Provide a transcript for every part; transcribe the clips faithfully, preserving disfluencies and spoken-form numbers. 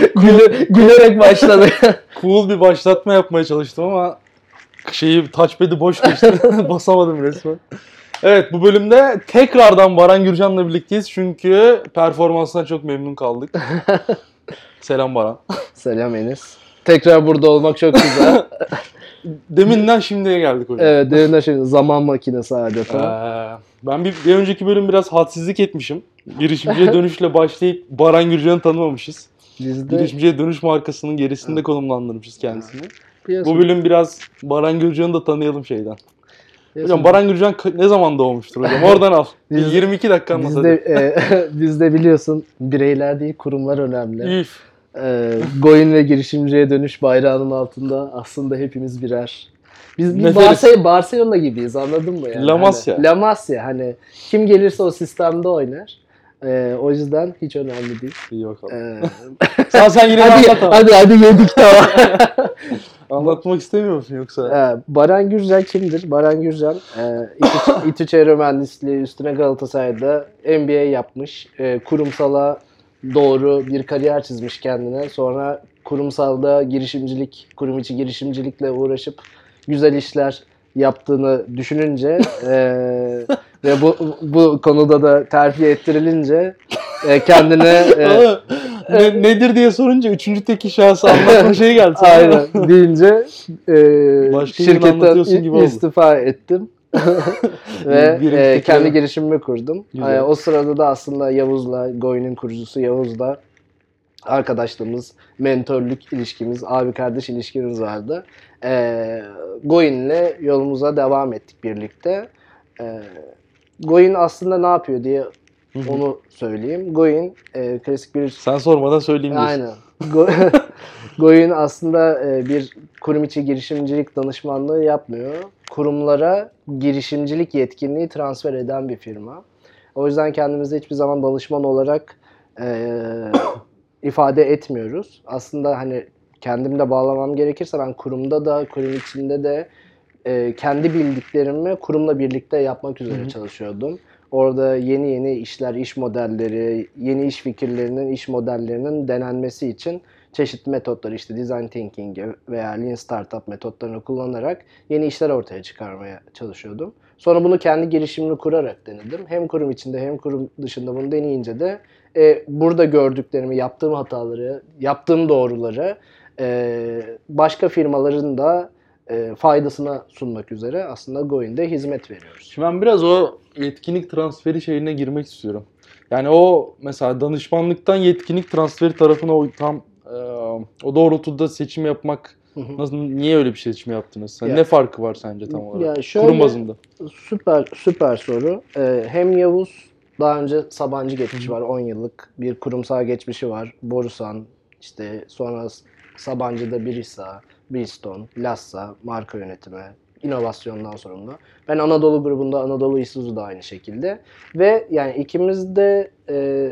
Güle, gülerek başladı. Cool bir başlatma yapmaya çalıştım ama şeyi touchpad'i boş geçti. Basamadım resmen. Evet, bu bölümde tekrardan Baran Gürcan'la birlikteyiz çünkü performansından çok memnun kaldık. Selam Baran. Selam Enes. Tekrar burada olmak çok güzel. Deminden şimdiye geldik hocam. Evet, deminden şimdi zaman makinesi adeta. Ee, ben bir, bir önceki bölüm biraz hadsizlik etmişim. Girişimciye dönüşle başlayıp Baran Gürcan'ı tanımamışız. Biz de Girişimciye dönüş markasının gerisinde evet. konumlandırmışız kendisini. Piyasa. Bu bölüm biraz Baran Gürcan'ı da tanıyalım şeyden. Piyasa. Hocam Baran Gürcan ne zaman doğmuştur hocam? Oradan al. Biz, yirmi iki dakika anlat. Bizde, e, bizde biliyorsun bireyler değil kurumlar önemli. Üf. E, Goin ve girişimciye dönüş bayrağının altında aslında hepimiz birer. Biz bir Barcelona, Barcelona gibiyiz, anladın mı? Yani? La Masia. Hani, La Masia. Hani kim gelirse o sistemde oynar. Ee, o yüzden hiç önemli değil. İyi bakalım. Ee, sen, sen yine hadi, anlat ama. Hadi hadi yedik tamam. Anlatmak istemiyor musun yoksa? Ee, Baran Gürcan kimdir? Baran Gürcan e, İTÜ, İTÜ Çevre Mühendisliği üstüne Galatasaray'da M B A yapmış. E, kurumsala doğru bir kariyer çizmiş kendine. Sonra kurumsalda girişimcilik, kurum içi girişimcilikle uğraşıp güzel işler yaptığını düşününce e, ve bu bu konuda da terfi ettirilince e, kendine e, ne, nedir diye sorunca üçüncü teki şahsı anlatma şeyi geldi. Aynen deyince e, şirketten istifa ettim ve e, kendi girişimimi kurdum. E, o sırada da aslında Yavuz'la, Goin'in kurucusu Yavuz'la arkadaşlığımız, mentorluk ilişkimiz, abi kardeş ilişkimiz vardı. E, Goin'le yolumuza devam ettik birlikte. E, Goin aslında ne yapıyor diye Hı-hı. onu söyleyeyim. Goin e, klasik bir... Sen sormadan söyleyeyim diyorsun. Aynen. Go- Goin aslında e, bir kurum içi girişimcilik danışmanlığı yapmıyor. Kurumlara girişimcilik yetkinliği transfer eden bir firma. O yüzden kendimizi hiçbir zaman danışman olarak e, ifade etmiyoruz. Aslında hani kendimle bağlamam gerekirse ben kurumda da, kurum içinde de e, kendi bildiklerimi kurumla birlikte yapmak üzere Hı-hı. çalışıyordum. Orada yeni yeni işler, iş modelleri, yeni iş fikirlerinin, iş modellerinin denenmesi için çeşitli metotları, işte design thinking veya lean startup metotlarını kullanarak yeni işler ortaya çıkarmaya çalışıyordum. Sonra bunu kendi girişimini kurarak denedim. Hem kurum içinde hem kurum dışında bunu deneyince de e, burada gördüklerimi, yaptığım hataları, yaptığım doğruları e, başka firmaların da e, faydasına sunmak üzere aslında Goin'de hizmet veriyoruz. Şimdi ben biraz o yetkinlik transferi şeyine girmek istiyorum. Yani o mesela danışmanlıktan yetkinlik transferi tarafına o tam e, o doğrultuda seçim yapmak nasıl, niye öyle bir seçim yaptınız? Yani ne farkı var sence tam olarak? Ya şöyle, kurum bazında. Süper süper soru. Ee, hem Yavuz daha önce Sabancı geçmişi var, on yıllık bir kurumsal geçmişi var. Borusan, işte sonra Sabancı'da Birisa, Bridgestone, Lassa, marka yönetimi, inovasyondan sorumlu. Ben Anadolu grubunda Anadolu Isuzu da aynı şekilde. Ve yani ikimiz de e,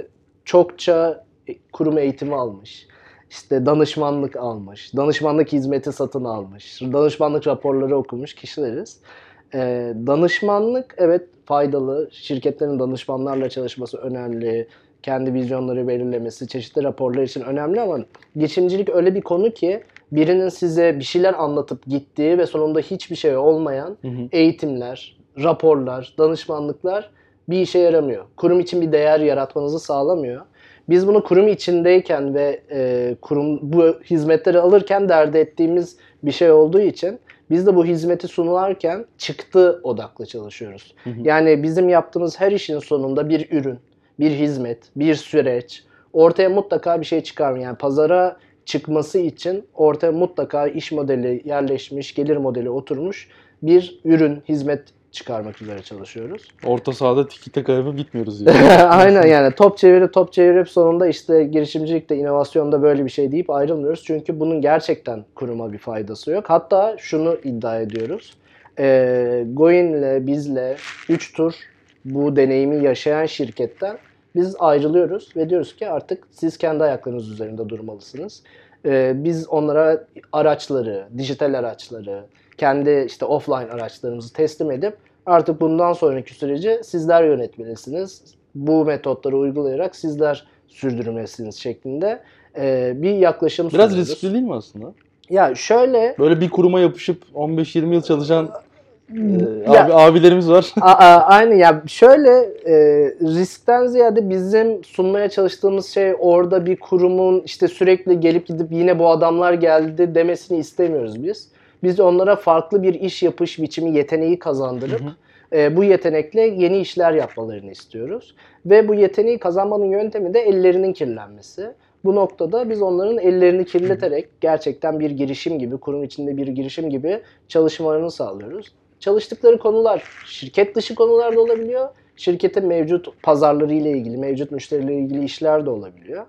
çokça kurum eğitimi almış. İşte danışmanlık almış, danışmanlık hizmeti satın almış, danışmanlık raporları okumuş kişileriz. E, danışmanlık evet faydalı, şirketlerin danışmanlarla çalışması önemli, kendi vizyonları belirlemesi, çeşitli raporlar için önemli ama girişimcilik öyle bir konu ki birinin size bir şeyler anlatıp gittiği ve sonunda hiçbir şey olmayan hı hı. eğitimler, raporlar, danışmanlıklar bir işe yaramıyor. Kurum için bir değer yaratmanızı sağlamıyor. Biz bunu kurum içindeyken ve e, kurum bu hizmetleri alırken dert ettiğimiz bir şey olduğu için biz de bu hizmeti sunularken çıktı odaklı çalışıyoruz. Hı hı. Yani bizim yaptığımız her işin sonunda bir ürün, bir hizmet, bir süreç, ortaya mutlaka bir şey çıkarmıyor. Yani pazara çıkması için ortaya mutlaka iş modeli yerleşmiş, gelir modeli oturmuş bir ürün, hizmet çıkarmak üzere çalışıyoruz. Orta sahada tiki taka yapıp gitmiyoruz yani. Aynen yani top çevirip top çevirip sonunda işte girişimcilikte, inovasyonda böyle bir şey deyip ayrılmıyoruz. Çünkü bunun gerçekten kuruma bir faydası yok. Hatta şunu iddia ediyoruz. E, Goin'le, bizle üç tur bu deneyimi yaşayan şirketten biz ayrılıyoruz ve diyoruz ki artık siz kendi ayaklarınız üzerinde durmalısınız. Ee, biz onlara araçları, dijital araçları, kendi işte offline araçlarımızı teslim edip artık bundan sonraki süreci sizler yönetmelisiniz. Bu metotları uygulayarak sizler sürdürmesiniz şeklinde e, bir yaklaşım Biraz sunuyoruz. riskli değil mi aslında? Ya şöyle... Böyle bir kuruma yapışıp on beş yirmi yıl çalışan e, Ya, abi, abilerimiz var. a, a, aynı ya şöyle e, riskten ziyade bizim sunmaya çalıştığımız şey orada bir kurumun işte sürekli gelip gidip yine bu adamlar geldi demesini istemiyoruz biz. Biz onlara farklı bir iş yapış biçimi yeteneği kazandırıp hı hı. E, bu yetenekle yeni işler yapmalarını istiyoruz. Ve bu yeteneği kazanmanın yöntemi de ellerinin kirlenmesi. Bu noktada biz onların ellerini kirleterek gerçekten bir girişim gibi, kurum içinde bir girişim gibi çalışmalarını sağlıyoruz. Çalıştıkları konular şirket dışı konular da olabiliyor. Şirketin mevcut pazarları ile ilgili, mevcut müşterileriyle ilgili işler de olabiliyor.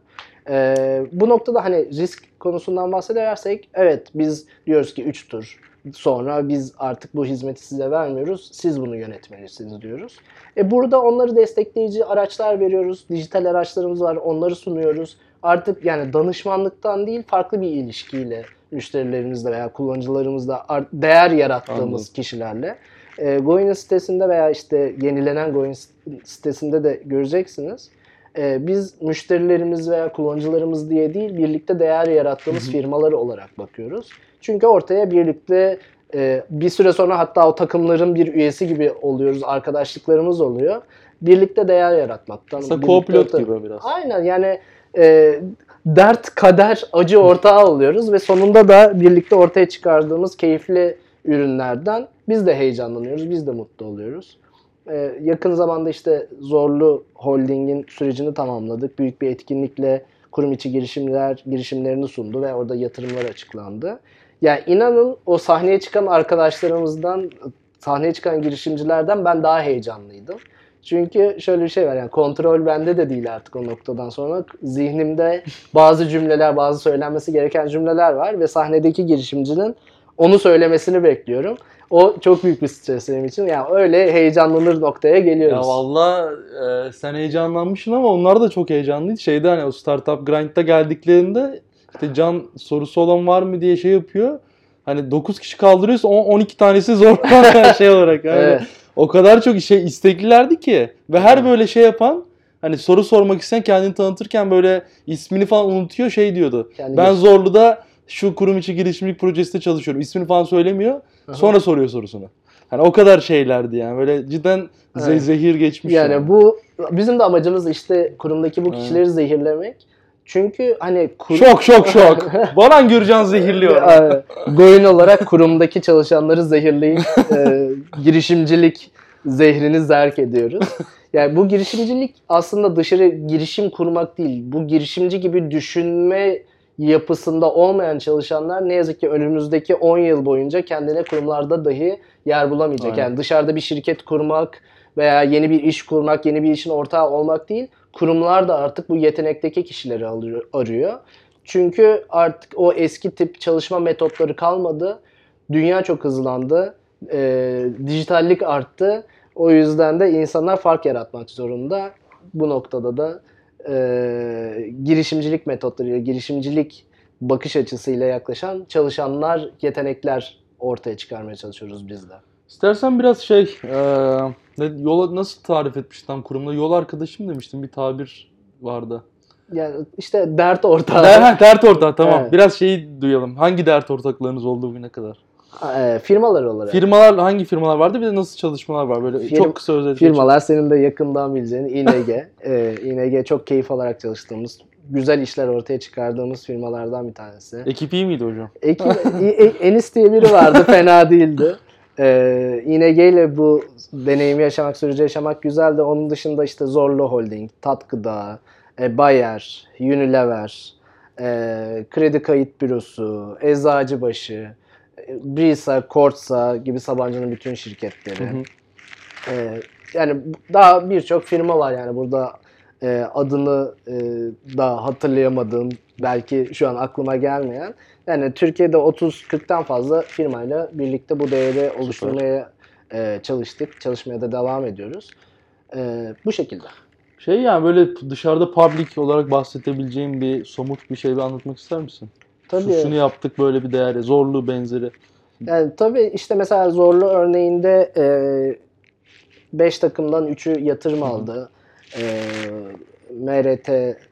Ee, bu noktada hani risk konusundan bahsedersek evet biz diyoruz ki üç tur sonra biz artık bu hizmeti size vermiyoruz. Siz bunu yönetmelisiniz diyoruz. E burada onları destekleyici araçlar veriyoruz. Dijital araçlarımız var. Onları sunuyoruz. Artık yani danışmanlıktan değil farklı bir ilişkiyle müşterilerimizle veya kullanıcılarımızla değer yarattığımız Anladım. kişilerle. E, Goin sitesinde veya işte yenilenen Goin sitesinde de göreceksiniz. E, biz müşterilerimiz veya kullanıcılarımız diye değil birlikte değer yarattığımız Hı-hı. firmaları olarak bakıyoruz. Çünkü ortaya birlikte e, bir süre sonra hatta o takımların bir üyesi gibi oluyoruz. Arkadaşlıklarımız oluyor. Birlikte değer yaratmaktan. Aslında co-pilot gibi biraz. Aynen yani e, dert, kader, acı ortağı oluyoruz ve sonunda da birlikte ortaya çıkardığımız keyifli ürünlerden biz de heyecanlanıyoruz, biz de mutlu oluyoruz. Ee, yakın zamanda işte Zorlu Holding'in sürecini tamamladık. Büyük bir etkinlikle kurum içi girişimler girişimlerini sundu ve orada yatırımlar açıklandı. Yani inanın o sahneye çıkan arkadaşlarımızdan, sahneye çıkan girişimcilerden ben daha heyecanlıydım. Çünkü şöyle bir şey var yani kontrol bende de değil artık o noktadan sonra. Zihnimde bazı cümleler, bazı söylenmesi gereken cümleler var ve sahnedeki girişimcinin onu söylemesini bekliyorum. O çok büyük bir stres benim için. Yani öyle heyecanlanır noktaya geliyoruz. Ya valla e, sen heyecanlanmışsın ama onlar da çok heyecanlıydı. Şeyde hani o Startup Grind'da geldiklerinde işte can sorusu olan var mı diye şey yapıyor. Hani dokuz kişi kaldırıyorsa on iki tanesi zor şey olarak. Yani evet. O kadar çok şey isteklilerdi ki. Ve her böyle şey yapan hani soru sormak isteyen kendini tanıtırken böyle ismini falan unutuyor şey diyordu. Kendi ben geçti. Zorlu'da şu kurum içi girişimcilik projesinde çalışıyorum. İsmini falan söylemiyor. Sonra Aha. soruyor sorusunu. Hani o kadar şeylerdi yani. Böyle cidden evet. ze- zehir geçmiş. Yani, yani bu bizim de amacımız işte kurumdaki bu kişileri evet. zehirlemek. Çünkü hani kurum... Şok şok şok. Baran Gürcan zehirliyor. Goin olarak kurumdaki çalışanları zehirleyip e, girişimcilik zehrini zerk ediyoruz. Yani bu girişimcilik aslında dışarı girişim kurmak değil. Bu girişimci gibi düşünme yapısında olmayan çalışanlar ne yazık ki önümüzdeki on yıl boyunca kendine kurumlarda dahi yer bulamayacak. Aynen. Yani dışarıda bir şirket kurmak veya yeni bir iş kurmak, yeni bir işin ortağı olmak değil. Kurumlar da artık bu yetenekteki kişileri arıyor. Çünkü artık o eski tip çalışma metotları kalmadı. Dünya çok hızlandı. E, dijitallik arttı. O yüzden de insanlar fark yaratmak zorunda. Bu noktada da e, girişimcilik metotlarıyla, girişimcilik bakış açısıyla yaklaşan çalışanlar, yetenekler ortaya çıkarmaya çalışıyoruz biz de. İstersen biraz şey, e, yola nasıl tarif etmiştin tam kurumda? Yol arkadaşım demiştin, bir tabir vardı. Yani işte dert ortağı. Der, dert ortağı tamam. Evet. Biraz şeyi duyalım. Hangi dert ortaklarınız oldu bugüne kadar? E, firmalar olarak. Firmalar hangi firmalar vardı? Bir de nasıl çalışmalar var? Böyle Firm, çok kısa özet. Firmalar geçelim. Senin de yakından bileceğin İ N G. e, İ N G çok keyif alarak çalıştığımız, güzel işler ortaya çıkardığımız firmalardan bir tanesi. Ekip iyi miydi hocam? Ekip, Enis diye biri vardı. Fena değildi. Ee, İ N G ile bu deneyimi yaşamak, süreci yaşamak güzeldi. Onun dışında işte Zorlu Holding, Tat Gıda, e, Bayer, Unilever, e, Kredi Kayıt Bürosu, Eczacıbaşı, e, Brisa, Kortsa gibi Sabancı'nın bütün şirketleri. Hı hı. E, yani daha birçok firma var yani burada e, adını e, da hatırlayamadığım, belki şu an aklıma gelmeyen. Yani Türkiye'de otuz kırktan fazla firmayla birlikte bu değeri oluşturmaya e, çalıştık. Çalışmaya da devam ediyoruz. E, bu şekilde. Şey yani böyle dışarıda public olarak bahsedebileceğim bir somut bir şey bir anlatmak ister misin? Tabii. Şunu yaptık böyle bir değeri, zorlu benzeri. Yani tabii işte mesela Zorlu örneğinde beş takımdan üçü yatırım aldı. E, M R T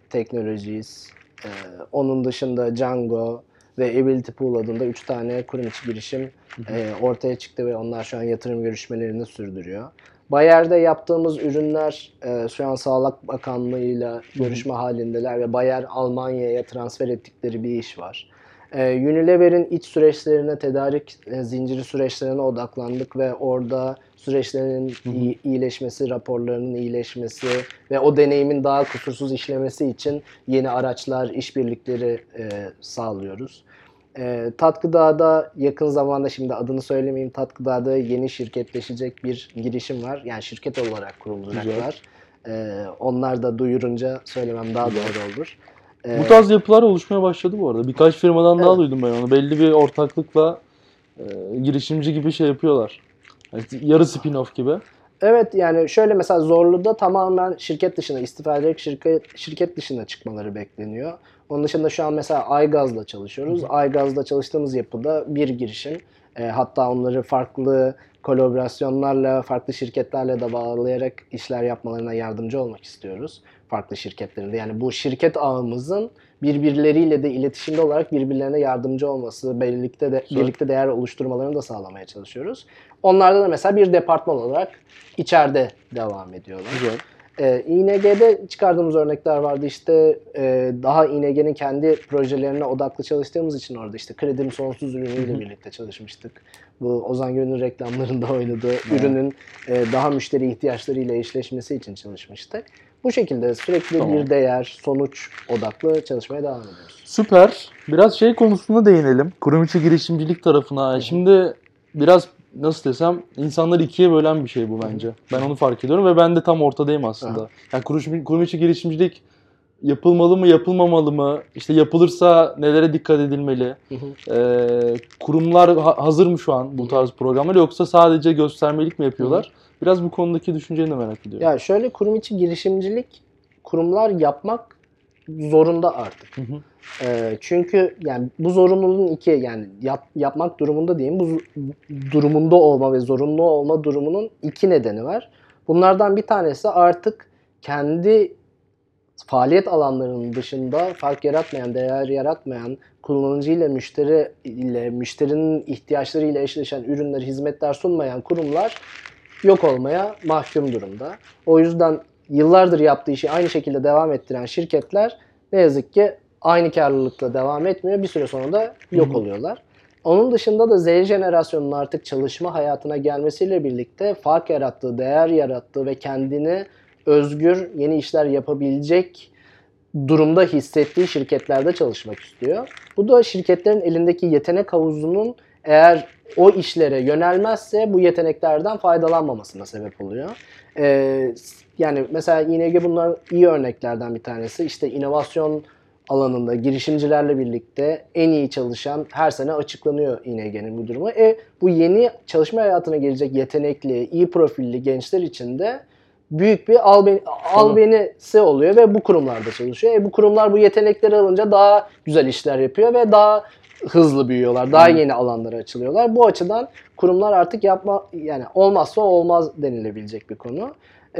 Technologies, e, onun dışında Django ve Ability Pool adında üç tane kurum içi girişim e, ortaya çıktı ve onlar şu an yatırım görüşmelerini sürdürüyor. Bayer'de yaptığımız ürünler e, şu an Sağlık Bakanlığı'yla görüşme halindeler ve Bayer Almanya'ya transfer ettikleri bir iş var. E, Unilever'in iç süreçlerine, tedarik e, zinciri süreçlerine odaklandık ve orada süreçlerin iyi, iyileşmesi, raporlarının iyileşmesi ve o deneyimin daha kusursuz işlemesi için yeni araçlar, işbirlikleri e, sağlıyoruz. E, Tatgıda'da yakın zamanda, şimdi adını söylemeyeyim, Tatgıda'da yeni şirketleşecek bir girişim var. Yani şirket olarak kurulacaklar. E, onlar da duyurunca söylemem daha doğru olur. Bu tarz yapılar oluşmaya başladı bu arada. Birkaç firmadan daha Evet. duydum ben onu. Belli bir ortaklıkla e, girişimci gibi şey yapıyorlar. Yani yarı spin-off gibi. Evet, yani şöyle mesela Zorlu'da tamamen şirket dışına, istifa ederek şirket, şirket dışına çıkmaları bekleniyor. Onun dışında şu an mesela Aygaz'la çalışıyoruz. Aygaz'la çalıştığımız yapıda bir girişim. E, hatta onları farklı kolaborasyonlarla, farklı şirketlerle de bağlayarak işler yapmalarına yardımcı olmak istiyoruz. Farklı şirketlerinde. Yani bu şirket ağımızın birbirleriyle de iletişimde olarak birbirlerine yardımcı olması, birlikte de birlikte değer oluşturmalarını da sağlamaya çalışıyoruz. Onlarda da mesela bir departman olarak içeride devam ediyorlar. Güzel. Ee, İ N G'de çıkardığımız örnekler vardı. İşte e, daha İ N G'nin kendi projelerine odaklı çalıştığımız için orada işte Kredim Sonsuz ürünüyle birlikte çalışmıştık. Bu Ozan Gönül reklamlarında oynadığı ürünün e, daha müşteri ihtiyaçlarıyla eşleşmesi için çalışmıştık. Bu şekilde sürekli Tamam. bir değer, sonuç odaklı çalışmaya devam ediyoruz. Süper. Biraz şey konusuna değinelim. Kurum içi girişimcilik tarafına. Şimdi biraz nasıl desem, insanları ikiye bölen bir şey bu bence. Ben onu fark ediyorum ve ben de tam ortadayım aslında. Aha. Yani kurum, kurum içi girişimcilik yapılmalı mı, yapılmamalı mı? İşte yapılırsa nelere dikkat edilmeli? Hı hı. Ee, kurumlar ha- hazır mı şu an bu tarz programlar, yoksa sadece göstermelik mi yapıyorlar? Biraz bu konudaki düşünceni de merak ediyorum. Ya şöyle, kurum içi girişimcilik kurumlar yapmak zorunda artık. Hı hı. Ee, çünkü yani bu zorunluluğun iki, yani yap, yapmak durumunda diyeyim, bu z- durumunda olma ve zorunlu olma durumunun iki nedeni var. Bunlardan bir tanesi artık kendi faaliyet alanlarının dışında fark yaratmayan, değer yaratmayan, kullanıcı ile müşteri ile müşterinin ihtiyaçları ile eşleşen ürünler, hizmetler sunmayan kurumlar yok olmaya mahkum durumda. O yüzden yıllardır yaptığı işi aynı şekilde devam ettiren şirketler ne yazık ki aynı karlılıkla devam etmiyor. Bir süre sonra da yok oluyorlar. Onun dışında da Z jenerasyonunun artık çalışma hayatına gelmesiyle birlikte fark yarattığı, değer yarattığı ve kendini özgür yeni işler yapabilecek durumda hissettiği şirketlerde çalışmak istiyor. Bu da şirketlerin elindeki yetenek havuzunun eğer o işlere yönelmezse bu yeteneklerden faydalanmamasına sebep oluyor. Ee, yani mesela İ N G bunlar iyi örneklerden bir tanesi. İşte inovasyon alanında girişimcilerle birlikte en iyi çalışan, her sene açıklanıyor İ N G'nin bu durumu. E, bu yeni çalışma hayatına gelecek yetenekli, iyi profilli gençler için de büyük bir albe, albenisi oluyor ve bu kurumlarda çalışıyor. E, bu kurumlar bu yetenekleri alınca daha güzel işler yapıyor ve daha hızlı büyüyorlar. Daha yeni alanlara açılıyorlar. Bu açıdan kurumlar artık yapma, yani olmazsa olmaz denilebilecek bir konu.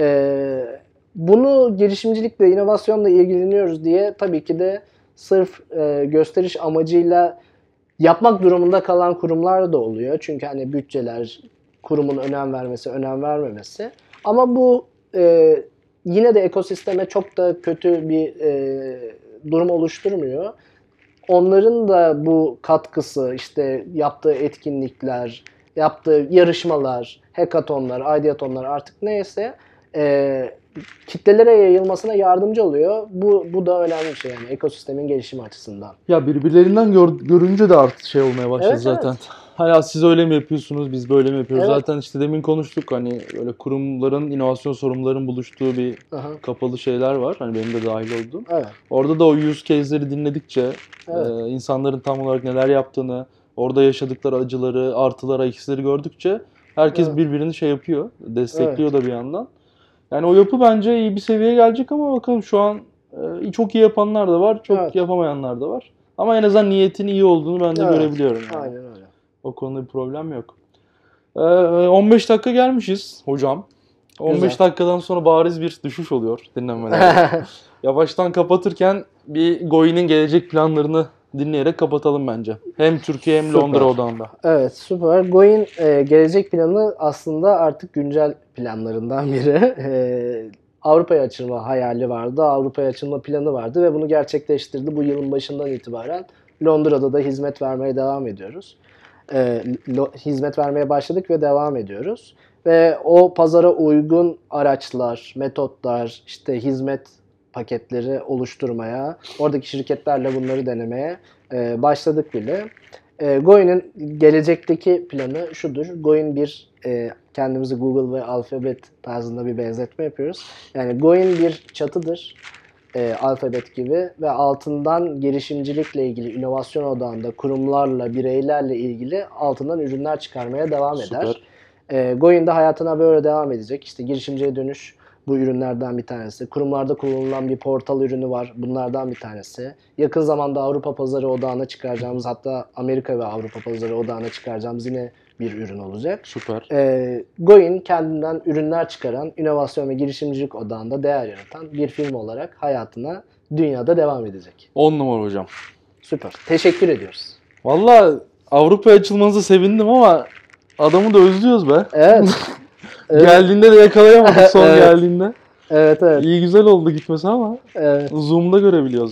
Ee, bunu girişimcilikle, inovasyonla ilgileniyoruz diye tabii ki de sırf e, gösteriş amacıyla yapmak durumunda kalan kurumlar da oluyor. Çünkü hani bütçeler, kurumun önem vermesi, önem vermemesi. Ama bu e, yine de ekosisteme çok da kötü bir e, durum oluşturmuyor. Onların da bu katkısı, işte yaptığı etkinlikler, yaptığı yarışmalar, hackathonlar, ideathonlar artık neyse e, kitlelere yayılmasına yardımcı oluyor. Bu bu da önemli bir şey yani ekosistemin gelişimi açısından. Ya birbirlerinden gör, görünce de artık şey olmaya başladı Evet, zaten. evet. Hala siz öyle mi yapıyorsunuz, biz böyle mi yapıyoruz? Evet. Zaten işte demin konuştuk, hani böyle kurumların, inovasyon sorumluların buluştuğu bir Aha. kapalı şeyler var. Hani benim de dahil olduğum. Evet. Orada da o use case'leri dinledikçe, Evet. e, insanların tam olarak neler yaptığını, orada yaşadıkları acıları, artıları, eksileri gördükçe herkes Evet. birbirini şey yapıyor, destekliyor da bir yandan. Yani o yapı bence iyi bir seviyeye gelecek ama bakalım, şu an e, çok iyi yapanlar da var, çok Evet. yapamayanlar da var. Ama en azından niyetin iyi olduğunu ben de Evet. görebiliyorum yani. Aynen öyle. O konuda bir problem yok. Ee, on beş dakika gelmişiz hocam. on beş Güzel. dakikadan sonra bariz bir düşüş oluyor dinlenmelerde. Yavaştan kapatırken bir Goi'nin gelecek planlarını dinleyerek kapatalım bence. Hem Türkiye hem Süper. Londra odağında. Evet, süper. Go'in e, gelecek planı aslında artık güncel planlarından biri. E, Avrupa'ya açılma hayali vardı, Avrupa'ya açılma planı vardı ve bunu gerçekleştirdi. Bu yılın başından itibaren Londra'da da hizmet vermeye devam ediyoruz. E, lo, hizmet vermeye başladık ve devam ediyoruz. Ve o pazara uygun araçlar, metotlar, işte hizmet paketleri oluşturmaya, oradaki şirketlerle bunları denemeye e, başladık bile. E, Goin'in gelecekteki planı şudur. Goin bir, e, kendimizi Google ve Alphabet tarzında bir benzetme yapıyoruz. Yani Goin bir çatıdır, e, Alphabet gibi ve altından girişimcilikle ilgili, inovasyon odağında kurumlarla, bireylerle ilgili altından ürünler çıkarmaya devam eder. Süper. E, Goin de hayatına böyle devam edecek. İşte girişimciye dönüş bu ürünlerden bir tanesi. Kurumlarda kullanılan bir portal ürünü var. Bunlardan bir tanesi. Yakın zamanda Avrupa pazarı odağına çıkaracağımız, hatta Amerika ve Avrupa pazarı odağına çıkaracağımız yine bir ürün olacak. Süper. E, Goin kendinden ürünler çıkaran, inovasyon ve girişimcilik odağında değer yaratan bir firma olarak hayatına dünyada devam edecek. on numara hocam. Süper. Teşekkür ediyoruz. Valla Avrupa'ya açılmanıza sevindim ama adamı da özlüyoruz be. Evet. Evet. Geldiğinde de yakalayamadık son Evet. geldiğinde. Evet, evet. İyi güzel oldu gitmesi ama Evet. Zoom'da görebiliyoruz.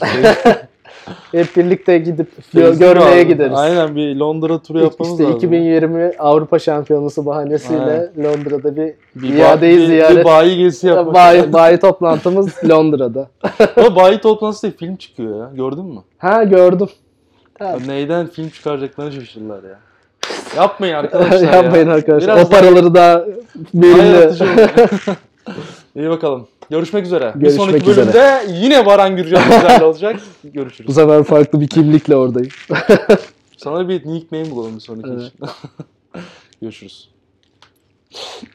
Hep birlikte gidip Gezdik görmeye abi. gideriz. Aynen, bir Londra turu yapmamız İşte lazım. iki bin yirmi Avrupa Şampiyonası bahanesiyle Aynen. Londra'da bir, Bir, iadeyi ba- bir, ziyaret. bir bayi gezisi yapmak. Bayi, bayi toplantımız Londra'da. Ama bayi toplantısı diye film çıkıyor ya. Gördün mü? Ha, gördüm. Ya Ha. neyden film çıkaracaklarını şaşırdılar ya. Yapmayın arkadaşlar ya. Yapmayın arkadaşlar. Biraz o paraları da daha verimli. yaratıcı olun. İyi bakalım. Görüşmek üzere. Bir Görüşmek sonraki üzere. bölümde yine Baran Gürcan bizlerle olacak. Bu Görüşürüz. sefer farklı bir kimlikle oradayım. Sana bir nickname bulalım bir sonraki Evet. için. Görüşürüz.